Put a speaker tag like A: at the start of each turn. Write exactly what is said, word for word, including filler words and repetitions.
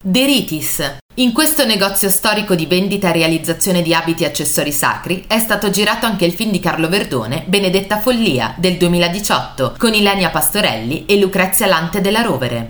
A: De Ritis. In questo negozio storico di vendita e realizzazione di abiti e accessori sacri è stato girato anche il film di Carlo Verdone, Benedetta Follia, del duemiladiciotto, con Ilenia Pastorelli e Lucrezia Lante della Rovere.